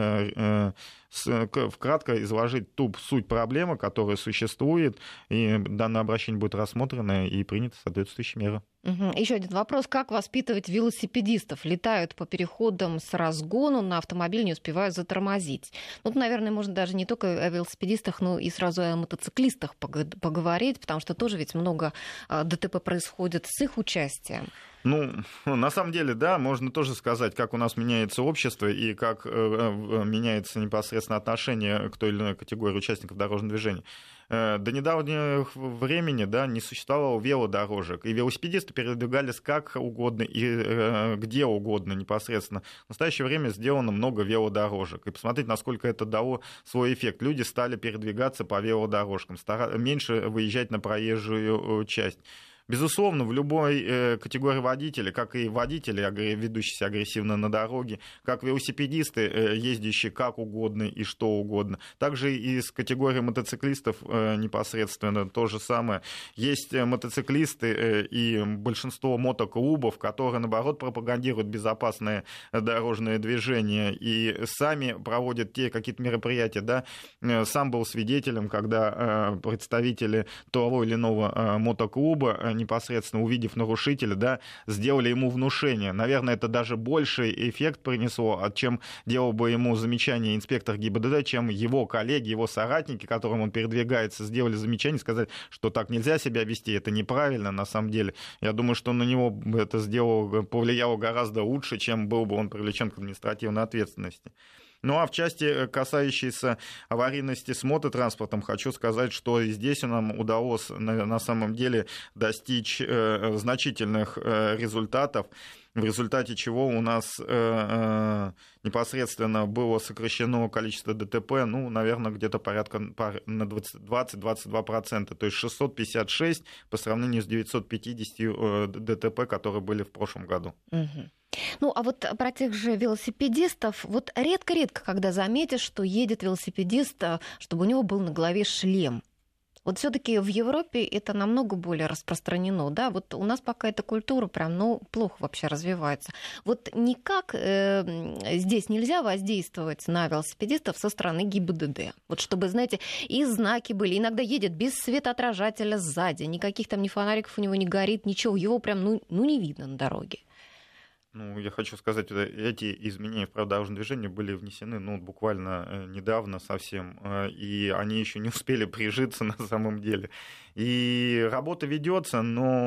вкратко изложить ту суть проблемы, которая существует, и данное обращение будет рассмотрено и принято соответствующие меры. Угу. Еще один вопрос. Как воспитывать велосипедистов? Летают по переходам с разгону, на автомобиль не успевают затормозить. Тут, наверное, можно даже не только о велосипедистах, но и сразу о мотоциклистах поговорить, потому что тоже ведь много ДТП происходит с их участием. Ну, на самом деле, да, можно тоже сказать, как у нас меняется общество и как э, меняется непосредственно отношение к той или иной категории участников дорожного движения. Э, до недавнего времени, да, не существовало велодорожек, и велосипедисты передвигались как угодно и э, где угодно непосредственно. В настоящее время сделано много велодорожек, и посмотрите, насколько это дало свой эффект. Люди стали передвигаться по велодорожкам, стара... меньше выезжать на проезжую часть. Безусловно, в любой э, категории водителей, как и водители, ведущиеся агрессивно на дороге, как велосипедисты, э, ездящие как угодно и что угодно, также и с категорией мотоциклистов э, непосредственно то же самое. Есть мотоциклисты э, и большинство мотоклубов, которые, наоборот, пропагандируют безопасное дорожное движение и сами проводят те какие-то мероприятия. Да? Сам был свидетелем, когда э, представители того или иного э, мотоклуба, непосредственно увидев нарушителя, да, сделали ему внушение. Наверное, это даже больший эффект принесло, чем делал бы ему замечание инспектор ГИБДД, чем его коллеги, его соратники, которым он передвигается, сделали замечание, сказать, что так нельзя себя вести, это неправильно на самом деле. Я думаю, что на него это сделало, повлияло гораздо лучше, чем был бы он привлечен к административной ответственности. Ну а в части, касающейся аварийности с мототранспортом, хочу сказать, что здесь нам удалось на, на самом деле достичь э, значительных э, результатов, в результате чего у нас э, э, непосредственно было сокращено количество ДТП, ну, наверное, где-то порядка на двадцать-двадцать два процента, то есть шестьсот пятьдесят шесть по сравнению с девятьсот пятьдесят э, ДТП, которые были в прошлом году. Угу. Ну, а вот про тех же велосипедистов, вот редко-редко, когда заметишь, что едет велосипедист, чтобы у него был на голове шлем. Вот все-таки в Европе это намного более распространено, да, вот у нас пока эта культура прям, ну, плохо вообще развивается. Вот никак э, здесь нельзя воздействовать на велосипедистов со стороны ГИБДД. Вот чтобы, знаете, и знаки были, иногда едет без светоотражателя сзади, никаких там ни фонариков у него не горит, ничего, его прям, ну, ну не видно на дороге. Ну, я хочу сказать, эти изменения в правила дорожного движения были внесены, ну, буквально недавно совсем, и они еще не успели прижиться на самом деле. И работа ведется,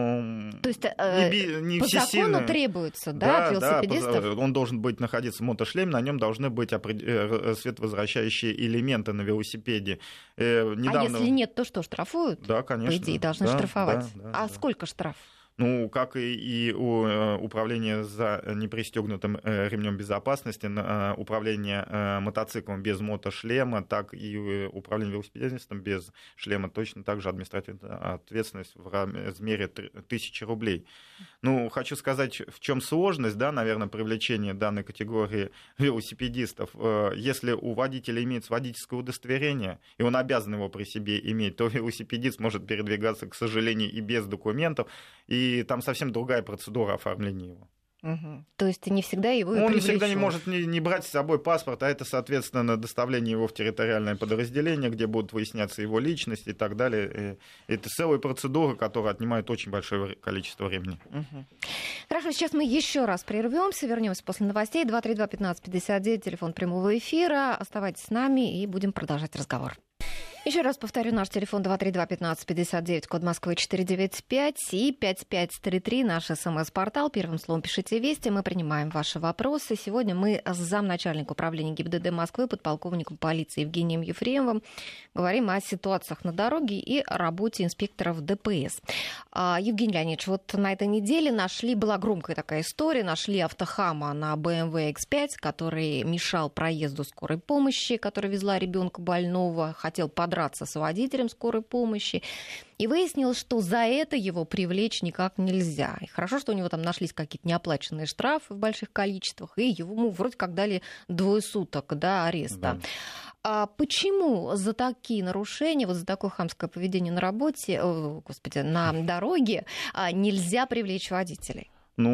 но то есть не, не по все закону сильно требуется, да, да, велосипедистов? Да, он должен быть находиться в мотошлеме, на нем должны быть световозвращающие элементы на велосипеде. Недавно... А если нет, то что, штрафуют? Да, конечно. По идее, должны да, штрафовать. Да, да, а да. сколько штраф? Ну, как и у управления за непристегнутым ремнем безопасности, управление мотоциклом без мотошлема, так и управление велосипедистом без шлема, точно так же административная ответственность в размере тысячи рублей. Ну, хочу сказать, в чем сложность, да, наверное, привлечения данной категории велосипедистов. Если у водителя имеется водительское удостоверение, и он обязан его при себе иметь, то велосипедист может передвигаться, к сожалению, и без документов, и И там совсем другая процедура оформления его. Угу. То есть ты не всегда его и Он привлечёшь. всегда не может не, не брать с собой паспорт, а это, соответственно, доставление его в территориальное подразделение, где будут выясняться его личность и так далее. И это целая процедура, которая отнимает очень большое количество времени. Угу. Хорошо, сейчас мы еще раз прервемся, вернемся после новостей. два три два пятнадцать пятьдесят девять, телефон прямого эфира. Оставайтесь с нами и будем продолжать разговор. Еще раз повторю, наш телефон два три два пятнадцать пятьдесят девять, код Москвы четыреста девяносто пять и пять пять три три, наш СМС-портал. Первым словом пишите «Вести», мы принимаем ваши вопросы. Сегодня мы с замначальника управления ГИБДД Москвы, подполковником полиции Евгением Ефремовым, говорим о ситуациях на дороге и о работе инспекторов ДПС. Евгений Леонидович, вот на этой неделе нашли, была громкая такая история, нашли автохама на бэ эм вэ икс пять, который мешал проезду скорой помощи, которая везла ребенка больного, хотел подраться с водителем скорой помощи. И выяснилось, что за это его привлечь никак нельзя. И хорошо, что у него там нашлись какие-то неоплаченные штрафы в больших количествах, и ему вроде как дали двое суток, да, ареста. Да. А почему за такие нарушения, вот за такое хамское поведение на работе, о, господи, на дороге нельзя привлечь водителей?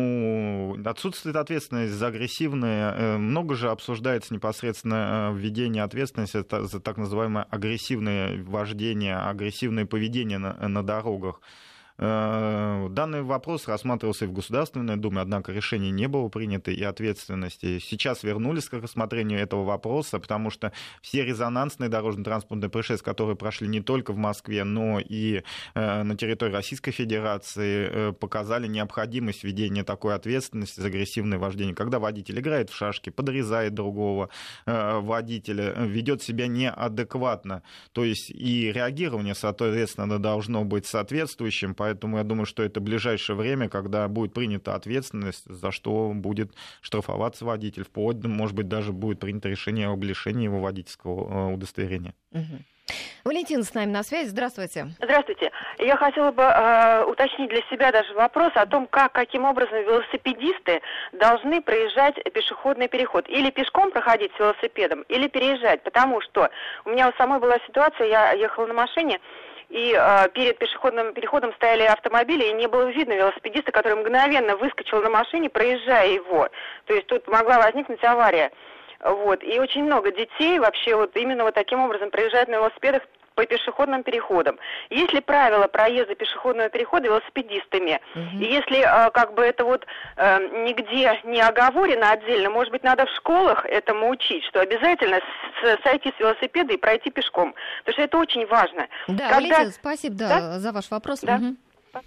Ну, отсутствует ответственность за агрессивное. Много же обсуждается непосредственно введение ответственности за так называемое агрессивное вождение, агрессивное поведение на, на дорогах. Данный вопрос рассматривался и в Государственной Думе, однако решение не было принято, и ответственности. Сейчас вернулись к рассмотрению этого вопроса, потому что все резонансные дорожно-транспортные происшествия, которые прошли не только в Москве, но и на территории Российской Федерации, показали необходимость введения такой ответственности за агрессивное вождение. Когда водитель играет в шашки, подрезает другого водителя, ведет себя неадекватно, то есть и реагирование, соответственно, должно быть соответствующим. Поэтому я думаю, что это ближайшее время, когда будет принята ответственность, за что будет штрафоваться водитель, вплоть, может быть, даже будет принято решение об лишении его водительского удостоверения. Угу. Валентина с нами на связи. Здравствуйте. Здравствуйте. Я хотела бы э, уточнить для себя даже вопрос о том, как, каким образом велосипедисты должны проезжать пешеходный переход. Или пешком проходить с велосипедом, или переезжать. Потому что у меня у самой была ситуация, я ехала на машине, и э, перед пешеходным переходом стояли автомобили, и не было видно велосипедиста, который мгновенно выскочил на машине, проезжая его. То есть тут могла возникнуть авария. Вот. И очень много детей вообще вот именно вот таким образом проезжают на велосипедах по пешеходным переходам. Есть ли правила проезда пешеходного перехода велосипедистами? Угу. И если э, как бы это вот э, нигде не оговорено отдельно, может быть, надо в школах этому учить, что обязательно с, сойти с велосипеда и пройти пешком. Потому что это очень важно. Да, Когда... Валентина, спасибо да, да? за ваш вопрос. Да? Угу.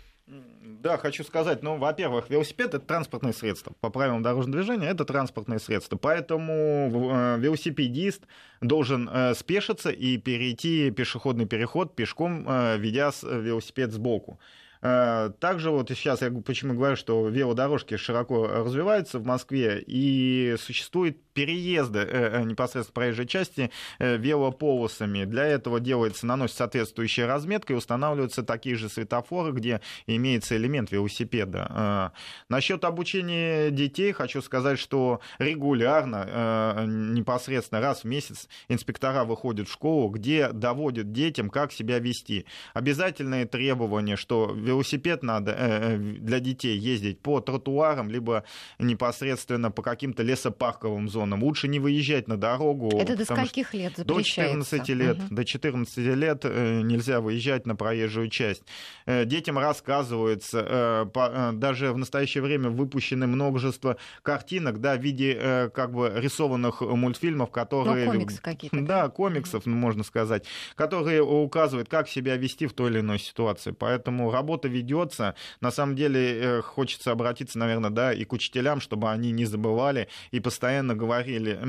Да, хочу сказать, ну, во-первых, велосипед — это транспортное средство. По правилам дорожного движения это транспортное средство. Поэтому велосипедист должен спешиться и перейти пешеходный переход пешком, ведя велосипед сбоку. Также вот сейчас я почему говорю, что велодорожки широко развиваются в Москве, и существует переезды непосредственно проезжей части велополосами. Для этого делается, наносится соответствующая разметка и устанавливаются такие же светофоры, где имеется элемент велосипеда. Насчет обучения детей хочу сказать, что регулярно, непосредственно раз в месяц инспектора выходят в школу, где доводят детям, как себя вести. Обязательные требования, что велосипед надо для детей ездить по тротуарам, либо непосредственно по каким-то лесопарковым зонам. Лучше не выезжать на дорогу. Это до скольких лет запрещается? До четырнадцати лет. Угу. До четырнадцати лет нельзя выезжать на проезжую часть. Детям рассказывается, даже в настоящее время выпущено множество картинок, да, в виде как бы рисованных мультфильмов, которые... Ну, комиксы какие-то. Да, комиксов, угу. можно сказать, которые указывают, как себя вести в той или иной ситуации. Поэтому работа ведется. На самом деле хочется обратиться, наверное, да, и к учителям, чтобы они не забывали и постоянно говорили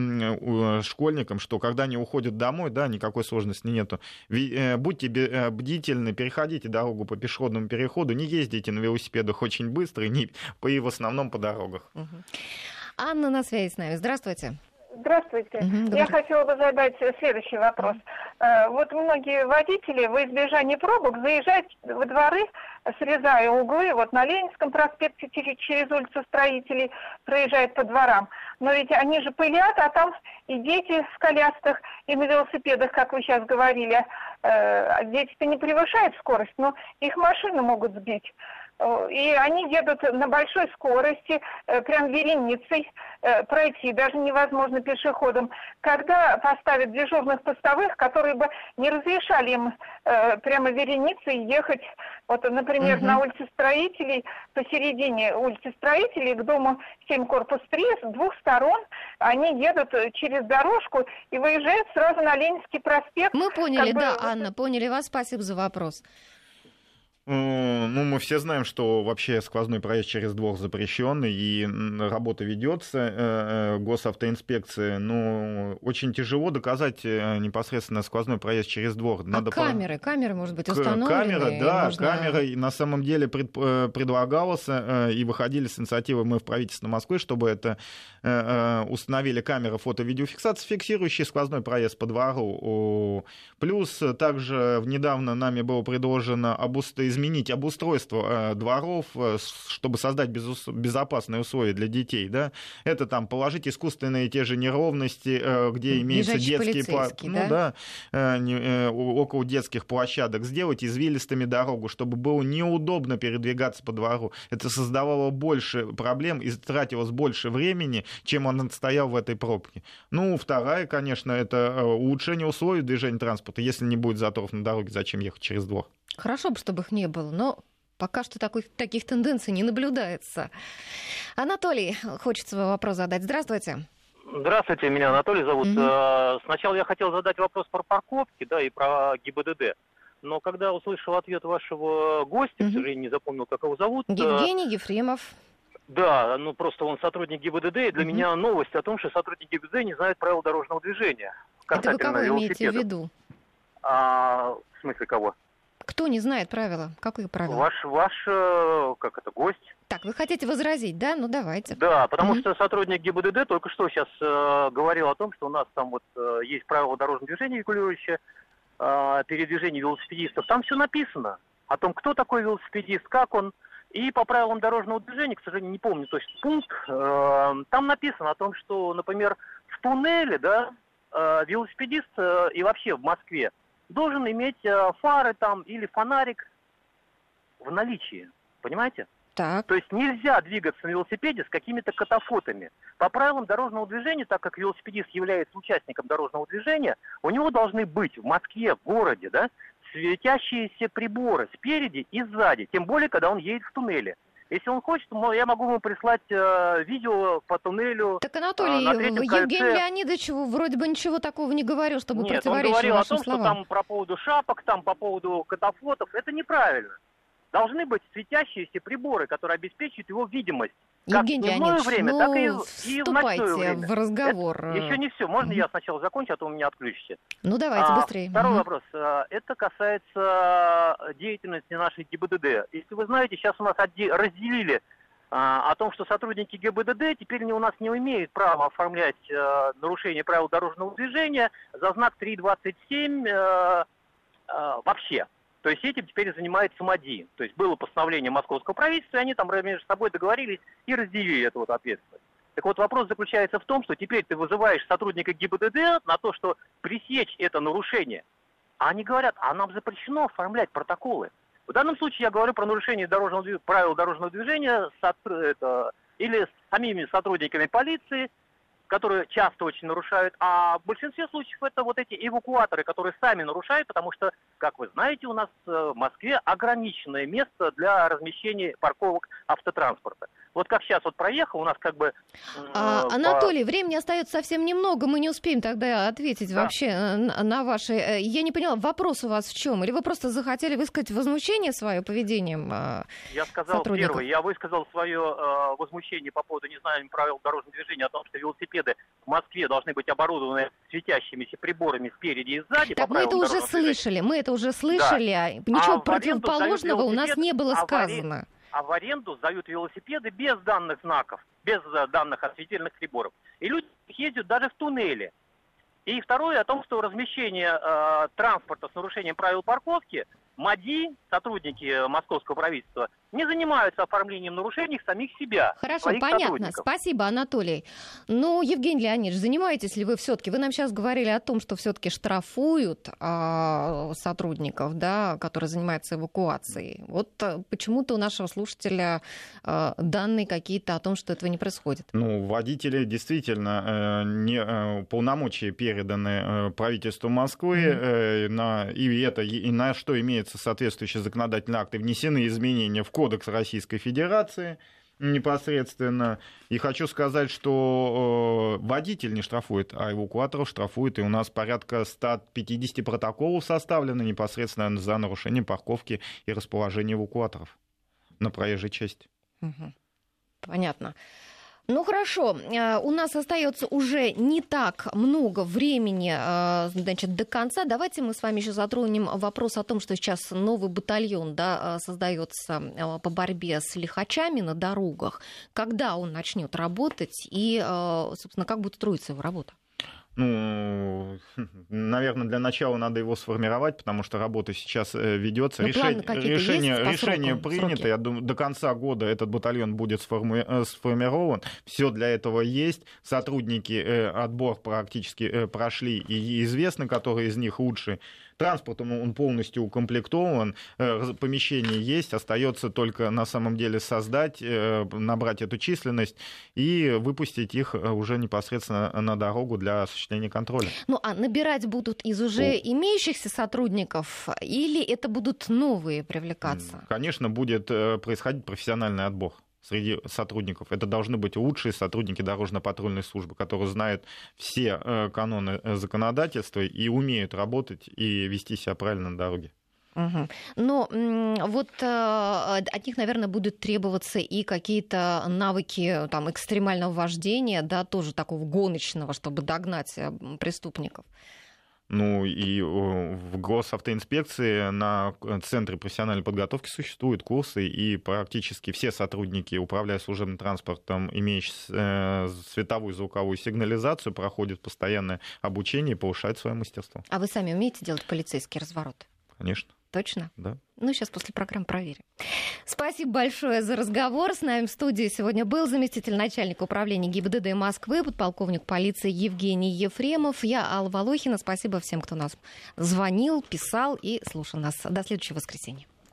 школьникам, что когда они уходят домой, да, никакой сложности нету. Будьте бдительны, переходите дорогу по пешеходному переходу, не ездите на велосипедах очень быстро и, не, и в основном по дорогах. Угу. Анна на связи с нами. Здравствуйте. Здравствуйте. Угу, Я хотела бы задать следующий вопрос. Вот многие водители во избежание пробок заезжают во дворы, срезая углы, вот на Ленинском проспекте через улицу Строителей проезжают по дворам. Но ведь они же пылят, а там и дети в колясках, и на велосипедах, как вы сейчас говорили. Дети-то не превышают скорость, но их машины могут сбить. И они едут на большой скорости, прям вереницей пройти, даже невозможно пешеходом. Когда поставят дежурных постовых, которые бы не разрешали им прямо вереницей ехать, вот, например, угу. на улице Строителей, посередине улицы Строителей к дому семь корпус три, с двух сторон они едут через дорожку и выезжают сразу на Ленинский проспект. Мы поняли, да, бы... Анна, поняли вас, спасибо за вопрос. Ну, мы все знаем, что вообще сквозной проезд через двор запрещен, и работа ведется госавтоинспекции, но очень тяжело доказать непосредственно сквозной проезд через двор. Надо а камеры, по... камеры, может быть, установлены? Камера, да, можно... камера на самом деле пред... предлагалась, и выходили с инициативой мы в правительство Москвы, чтобы это установили камеры фото-видеофиксации, фиксирующие сквозной проезд по двору. Плюс также недавно нами было предложено обустройство изменить обустройство дворов, чтобы создать безопасные условия для детей, да, это там положить искусственные те же неровности, где имеются детские площадки, ну да, да около детских площадок, сделать извилистыми дорогу, чтобы было неудобно передвигаться по двору. Это создавало больше проблем и тратилось больше времени, чем он отстоял в этой пробке. Ну, вторая, конечно, это улучшение условий движения транспорта. Если не будет заторов на дороге, зачем ехать через двор? Хорошо бы, чтобы их не было, но Пока что такой, таких тенденций не наблюдается. Анатолий хочет свой вопрос задать. Здравствуйте. Здравствуйте, меня Анатолий зовут. Mm-hmm. Сначала я хотел задать вопрос про парковки, да, и про ГИБДД. Но когда услышал ответ вашего гостя, mm-hmm. к сожалению, не запомнил, как его зовут. Евгений Ефремов. Да, ну просто он сотрудник ГИБДД, и для mm-hmm. меня новость о том, что сотрудники ГИБДД не знают правил дорожного движения. Это вы кого имеете в виду? А, в смысле кого? Кто не знает правила? Какие правила? Ваш, ваш, как это, гость. Так, вы хотите возразить, да? Ну, давайте. Да, потому mm-hmm. что сотрудник ГИБДД только что сейчас э, говорил о том, что у нас там вот э, есть правила дорожного движения, регулирующие э, передвижение велосипедистов. Там все написано о том, кто такой велосипедист, как он. И по правилам дорожного движения, к сожалению, не помню точно пункт, э, там написано о том, что, например, в туннеле, да, э, велосипедист э, и вообще в Москве должен иметь э, фары там или фонарик в наличии, понимаете? Так. То есть нельзя двигаться на велосипеде с какими-то катафотами. По правилам дорожного движения, так как велосипедист является участником дорожного движения, у него должны быть в Москве, в городе, да, светящиеся приборы спереди и сзади, тем более, когда он едет в туннеле. Если он хочет, я могу ему прислать э, видео по туннелю. Так, Анатолий, э, Евгений кольце. Леонидович вроде бы ничего такого не говорил, чтобы Нет, противоречил он говорил вашим о том, словам. что там про поводу шапок, там по поводу катафотов. Это неправильно. Должны быть светящиеся приборы, которые обеспечивают его видимость. Евгений как в дневное время, ну, так и, и в ночное время. В разговор. Это еще не все. Можно mm-hmm. я сначала закончу, а то вы меня отключите? Ну, давайте а, быстрее. Второй mm-hmm. вопрос. Это касается деятельности нашей ГИБДД. Если вы знаете, сейчас у нас разделили а, о том, что сотрудники ГИБДД теперь не, у нас не имеют права оформлять а, нарушение правил дорожного движения за знак три двадцать семь а, а, вообще. То есть этим теперь занимается МАДИ. То есть было постановление московского правительства, и они там между собой договорились и разделили эту вот ответственность. Так вот, вопрос заключается в том, что теперь ты вызываешь сотрудника ГИБДД на то, что пресечь это нарушение. А они говорят, а нам запрещено оформлять протоколы. В данном случае я говорю про нарушение дорожного, правил дорожного движения с, это, или с самими сотрудниками полиции, которые часто очень нарушают, а в большинстве случаев это вот эти эвакуаторы, которые сами нарушают, потому что, как вы знаете, у нас в Москве ограниченное место для размещения парковок автотранспорта. Вот как сейчас вот проехал, у нас как бы... А, по... Анатолий, времени остается совсем немного, мы не успеем тогда ответить да. вообще на, на ваши... Я не поняла, вопрос у вас в чем? Или вы просто захотели высказать возмущение свое поведением Я сказал первое, я высказал свое э, возмущение по поводу незнания правил дорожного движения о том, что велосипеды в Москве должны быть оборудованы светящимися приборами спереди и сзади. Так мы это уже слышали, движения. мы это уже слышали, да. ничего а противоположного у нас не было сказано. А в аренду сдают велосипеды без данных знаков, без данных осветительных приборов. И люди ездят даже в туннеле. И второе о том, что размещение э, транспорта с нарушением правил парковки, МАДИ, сотрудники московского правительства, не занимаются оформлением нарушений самих себя. Хорошо, понятно. Спасибо, Анатолий. Ну, Евгений Леонидович, занимаетесь ли вы все-таки? Вы нам сейчас говорили о том, что все-таки штрафуют а, сотрудников, да, которые занимаются эвакуацией. Вот а, почему-то у нашего слушателя а, данные какие-то о том, что этого не происходит. Ну, водители действительно э, не, э, полномочия переданы э, правительству Москвы, mm-hmm. э, на, и это и на что имеется соответствующие законодательные акты, внесены изменения в Кодекс Российской Федерации непосредственно. И хочу сказать, что э, водитель не штрафует, а эвакуаторов штрафует. И у нас порядка ста пятидесяти протоколов составлено непосредственно за нарушение парковки и расположения эвакуаторов на проезжей части. Угу. Понятно. Ну хорошо, у нас остается уже не так много времени, значит, до конца. Давайте мы с вами еще затронем вопрос о том, что сейчас новый батальон, да, создается по борьбе с лихачами на дорогах. Когда он начнет работать и, собственно, как будет строиться его работа? Ну, наверное, для начала надо его сформировать, потому что работа сейчас ведется. Решение, решение, решение принято. Сроки? Я думаю, до конца года этот батальон будет сформи... сформирован. Все для этого есть. Сотрудники отбор практически прошли, и известно, который из них лучший. Транспортом он полностью укомплектован, помещение есть, остается только на самом деле создать, набрать эту численность и выпустить их уже непосредственно на дорогу для осуществления контроля. Ну а набирать брать будут из уже О. имеющихся сотрудников или это будут новые привлекаться? Конечно, будет происходить профессиональный отбор среди сотрудников. Это должны быть лучшие сотрудники дорожно-патрульной службы, которые знают все каноны законодательства и умеют работать и вести себя правильно на дороге. Угу. Но вот э, от них, наверное, будут требоваться и какие-то навыки там, экстремального вождения, да, тоже такого гоночного, чтобы догнать преступников. Ну и в госавтоинспекции на Центре профессиональной подготовки существуют курсы, и практически все сотрудники, управляя служебным транспортом, имеющие световую и звуковую сигнализацию, проходят постоянное обучение и повышают свое мастерство. А вы сами умеете делать полицейские развороты? Конечно. Точно? Да. Ну, сейчас после программы проверим. Спасибо большое за разговор. С нами в студии сегодня был заместитель начальника управления ГИБДД Москвы, подполковник полиции Евгений Ефремов. Я Алла Волохина. Спасибо всем, кто нас звонил, писал и слушал нас. До следующего воскресенья.